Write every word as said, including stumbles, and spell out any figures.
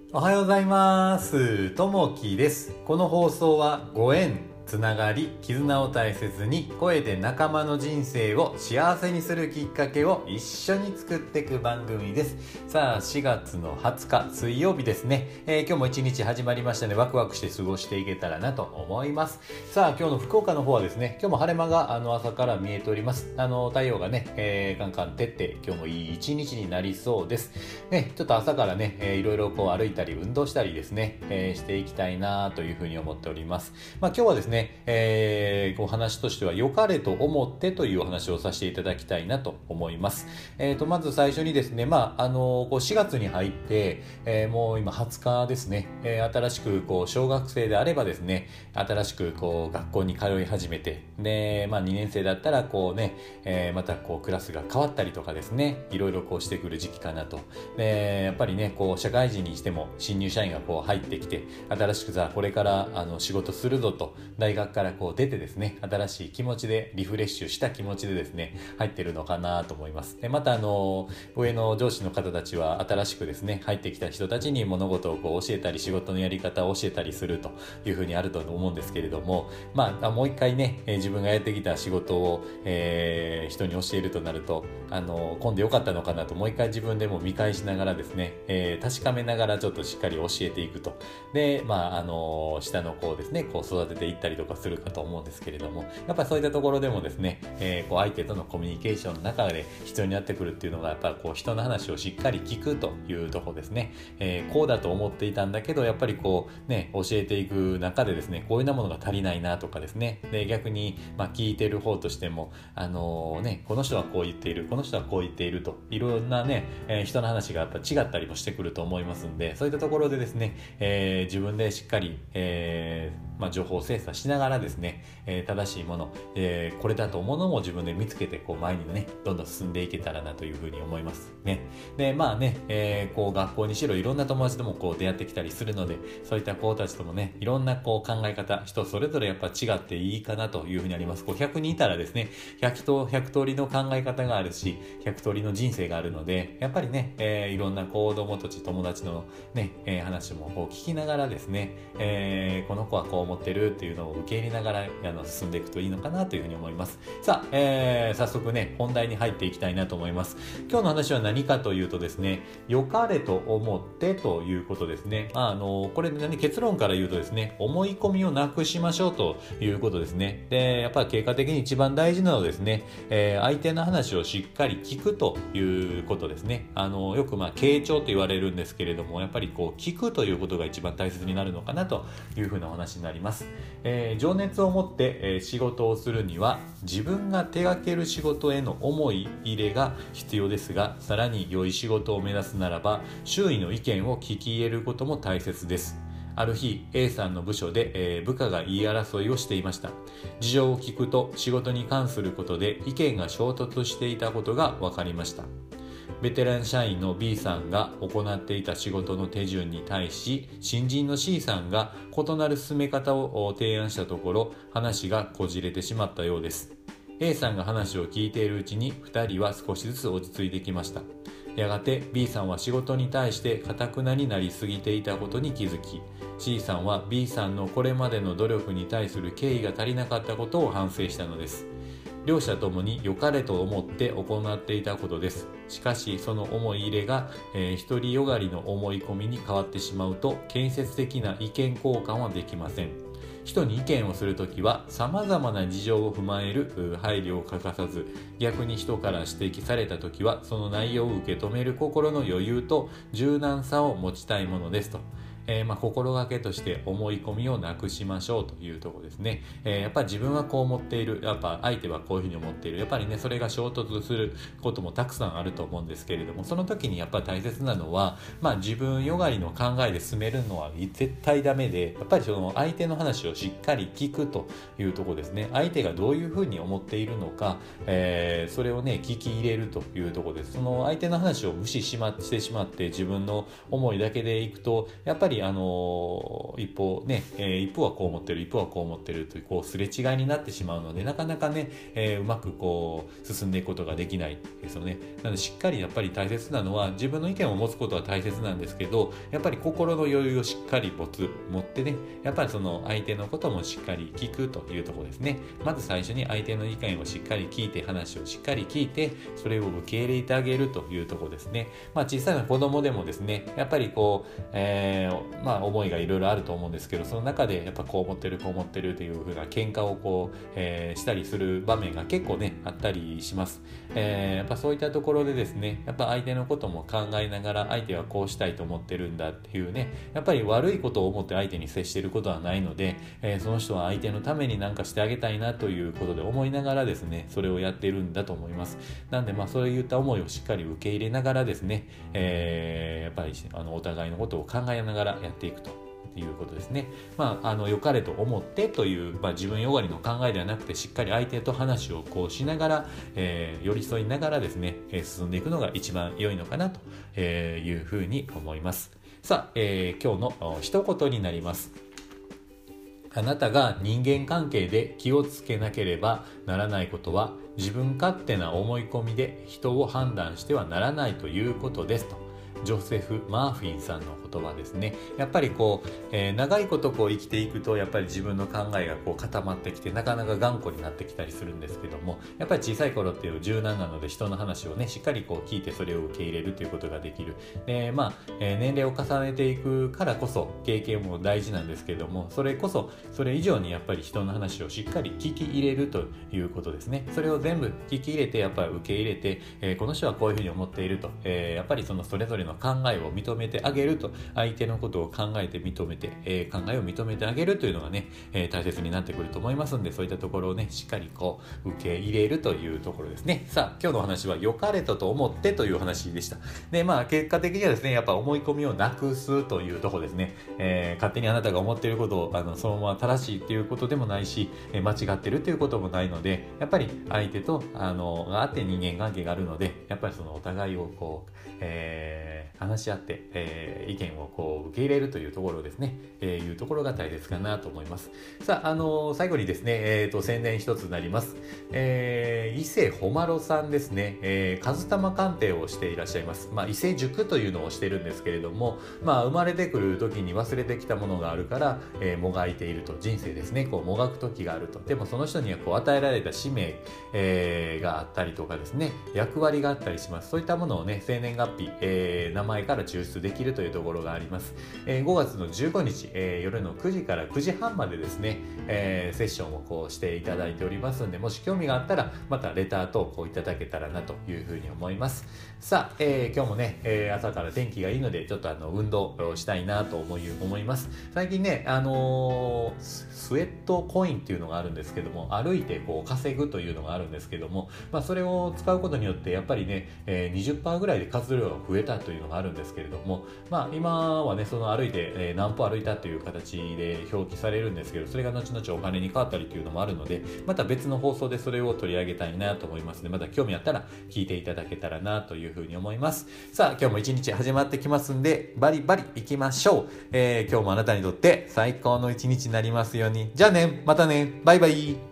おはようございます。ともきです。この放送はご縁、つながり、絆を大切に声で仲間の人生を幸せにするきっかけを一緒に作っていく番組です。さあしがつのはつか水曜日ですね、えー、今日も一日始まりましたのでワクワクして過ごしていけたらなと思います。さあ今日の福岡の方はですね、今日も晴れ間があの朝から見えております。あの太陽がね、えー、カンカン照って今日もいい一日になりそうです。ね、ちょっと朝からね、えー、いろいろこう歩いたり運動したりですね、えー、していきたいなというふうに思っております。まあ今日はですね、えー、お話としては良かれと思ってというお話をさせていただきたいなと思います。えーと、まず最初にですね、まあ、あのこうしがつに入って、えー、もう今はつかですね、えー、新しくこう小学生であればですね、新しくこう学校に通い始めて、で、まあにねん生だったらこうね、えー、またこうクラスが変わったりとかですね、いろいろこうしてくる時期かなと。で、やっぱりね、こう社会人にしても新入社員がこう入ってきて、新しくさ、これからあの仕事するぞと、大学からこう出てですね、新しい気持ちでリフレッシュした気持ちでですね、入ってるのかなと思います。で、またあの上の上司の方たちは新しくですね、入ってきた人たちに物事をこう教えたり、仕事のやり方を教えたりするというふうにあると思うんですけれども、まあもう一回ね、えー、自分がやってきた仕事を、えー、人に教えるとなると、あの今度良かったのかなと、もう一回自分でも見返しながらですね、えー、確かめながらちょっとしっかり教えていくと。で、まああの下の子をですね、こう育てていったりとかするかと思うんですけれども、やっぱりそういったところでもですね、えー、こう相手とのコミュニケーションの中で必要になってくるっていうのが、やっぱりこう人の話をしっかり聞くというところですね。えー、こうだと思っていたんだけど、やっぱりこうね、教えていく中でですね、こういうようなものが足りないなとかですね、で逆にまあ聞いてる方としても、あのー、ね、この人はこう言っている、この人はこう言っていると、いろんなね、えー、人の話がやっぱ違ったりもしてくると思いますんで、そういったところでですね、えー、自分でしっかり、えーまあ、情報を精査しながらですね、えー、正しいもの、えー、これだと思うのも自分で見つけて、こう前にね、どんどん進んでいけたらなというふうに思いますね。で、まあね、えー、こう学校にしろいろんな友達ともこう出会ってきたりするので、そういった子たちともね、いろんなこう考え方、人それぞれやっぱ違っていいかなというふうにあります。こうひゃくにんいたらですね、ひゃくとひゃく通りの考え方があるし、ひゃく通りの人生があるので、やっぱりね、えー、いろんな子供たち、友達のね、えー、話もこう聞きながらですね、えー、この子はこう思ってるっていうのを受け入れながらあの進んでいくといいのかなというふうに思います。さあ、えー、早速ね、本題に入っていきたいなと思います。今日の話は何かというとですね、良かれと思ってということですね。まあ、あのこれで、ね、結論から言うとですね、思い込みをなくしましょうということですね。で、やっぱり結果的に一番大事なのはですね、えー、相手の話をしっかり聞くということですね。あのよくまあ傾聴と言われるんですけれども、やっぱりこう聞くということが一番大切になるのかなというふうなお話になります。えー、情熱を持って、えー、仕事をするには自分が手掛ける仕事への思い入れが必要ですが、さらに良い仕事を目指すならば周囲の意見を聞き入れることも大切です。ある日 A さんの部署で、えー、部下が言い争いをしていました。事情を聞くと仕事に関することで意見が衝突していたことが分かりました。ベテラン社員の B さんが行っていた仕事の手順に対し、新人の C さんが異なる進め方を提案したところ、話がこじれてしまったようです。A さんが話を聞いているうちにふたりは少しずつ落ち着いてきました。やがて B さんは仕事に対して堅くなになりすぎていたことに気づき、 C さんは B さんのこれまでの努力に対する敬意が足りなかったことを反省したのです。両者ともに良かれと思って行っていたことです。しかしその思い入れが、えー、独りよがりの思い込みに変わってしまうと、建設的な意見交換はできません。人に意見をするときは様々な事情を踏まえる配慮を欠かさず、逆に人から指摘されたときはその内容を受け止める心の余裕と柔軟さを持ちたいものですと。えー、まあ心がけとして思い込みをなくしましょうというところですね。えー、やっぱり自分はこう思っている、やっぱ相手はこういうふうに思っている、やっぱりね、それが衝突することもたくさんあると思うんですけれども、その時にやっぱり大切なのは、まあ自分よがりの考えで進めるのは絶対ダメで、やっぱりその相手の話をしっかり聞くというところですね。相手がどういうふうに思っているのか、えー、それをね聞き入れるというところです。その相手の話を無視しましてしまって自分の思いだけでいくと、やっぱりりあの一方ね、えー、一方はこう思ってる一方はこう思ってるというこうすれ違いになってしまうので、なかなかね、えー、うまくこう進んでいくことができないですよね。なのでしっかりやっぱり大切なのは、自分の意見を持つことは大切なんですけど、やっぱり心の余裕をしっかり持つ持ってね、やっぱりその相手のこともしっかり聞くというところですね。まず最初に相手の意見をしっかり聞いて、話をしっかり聞いて、それを受け入れてあげるというところですね。まあ小さな子供でもですね、やっぱりこう、えー、まあ思いがいろいろあると思うんですけど、その中でやっぱこう思ってるこう思ってるというふうな喧嘩をこう、えー、したりする場面が結構ねあったりします。えー、やっぱそういったところでですね、やっぱ相手のことも考えながら、相手はこうしたいと思ってるんだっていうね、やっぱり悪いことを思って相手に接していることはないので、えー、その人は相手のために何かしてあげたいなということで思いながらですね、それをやっているんだと思います。なんでまあそういった思いをしっかり受け入れながらですね、えー、やっぱりあのお互いのことを考えながらやっていくということですね。まあ、あの良かれと思ってという、まあ、自分よがりの考えではなくて、しっかり相手と話をこうしながら、えー、寄り添いながらですね、えー、進んでいくのが一番良いのかなというふうに思います。さあ、えー、今日の一言になります。あなたが人間関係で気をつけなければならないことは、自分勝手な思い込みで人を判断してはならないということですと。ジョセフ・マーフィンさんの言葉ですね。やっぱりこう、えー、長いことこう生きていくと、やっぱり自分の考えがこう固まってきて、なかなか頑固になってきたりするんですけども、やっぱり小さい頃っていう柔軟なので、人の話をねしっかりこう聞いて、それを受け入れるということができる。でまあ、えー、年齢を重ねていくからこそ経験も大事なんですけども、それこそそれ以上にやっぱり人の話をしっかり聞き入れるということですね。それを全部聞き入れて、やっぱり受け入れて、えー、この人はこういうふうに思っていると、えー、やっぱりそのそれぞれの考えを認めてあげると、相手のことを考えて認めて、えー、考えを認めてあげるというのがね、えー、大切になってくると思いますんで、そういったところをねしっかりこう受け入れるというところですね。さあ、今日のお話は良かれとと思ってという話でした。でまあ結果的にはですね、やっぱ思い込みをなくすというところですね。えー、勝手にあなたが思っていることをあのそのまま正しいっていうことでもないし、えー、間違ってるということもないので、やっぱり相手とあのがあって人間関係があるので、やっぱりそのお互いをこう、えー、話し合って、えー、意見をこう受け入れるというところですね、えー、いうところが大切かなと思います。さあ、あのー、最後にですね、えーと、宣伝一つになります。えー、伊勢ほまろさんですね、えー、数玉鑑定をしていらっしゃいます。まあ、伊勢塾というのをしてるんですけれども、まあ、生まれてくる時に忘れてきたものがあるから、えー、もがいていると、人生ですね、こうもがく時があると。でもその人にはこう与えられた使命、えー、があったりとかですね、役割があったりします。そういったものをね、生年月日、えー、名前から抽出できるというところがあります。えー、ごがつのじゅうごにち、えー、夜のくじからくじはんまでですね、えー、セッションをこうしていただいておりますので、もし興味があったらまたレター投稿いただけたらなというふうに思います。さあ、えー、今日もね、えー、朝から天気がいいのでちょっとあの運動をしたいなと思い思います。最近ね、あのー、スウェットコインっていうのがあるんですけども、歩いてこう稼ぐというのがあるんですけども、まあ、それを使うことによってやっぱりね、えー、にじゅっパーセント ぐらいで活動量が増えたというのがあるんですけれども、まあ、今はねその歩いて、えー、何歩歩いたという形で表記されるんですけど、それが後々お金に変わったりというのもあるので、また別の放送でそれを取り上げたいなと思いますので、また興味あったら聞いていただけたらなというふうに思います。さあ、今日も一日始まってきますんで、バリバリ行きましょう。えー、今日もあなたにとって最高の一日になりますように。じゃあね、またね、バイバイ。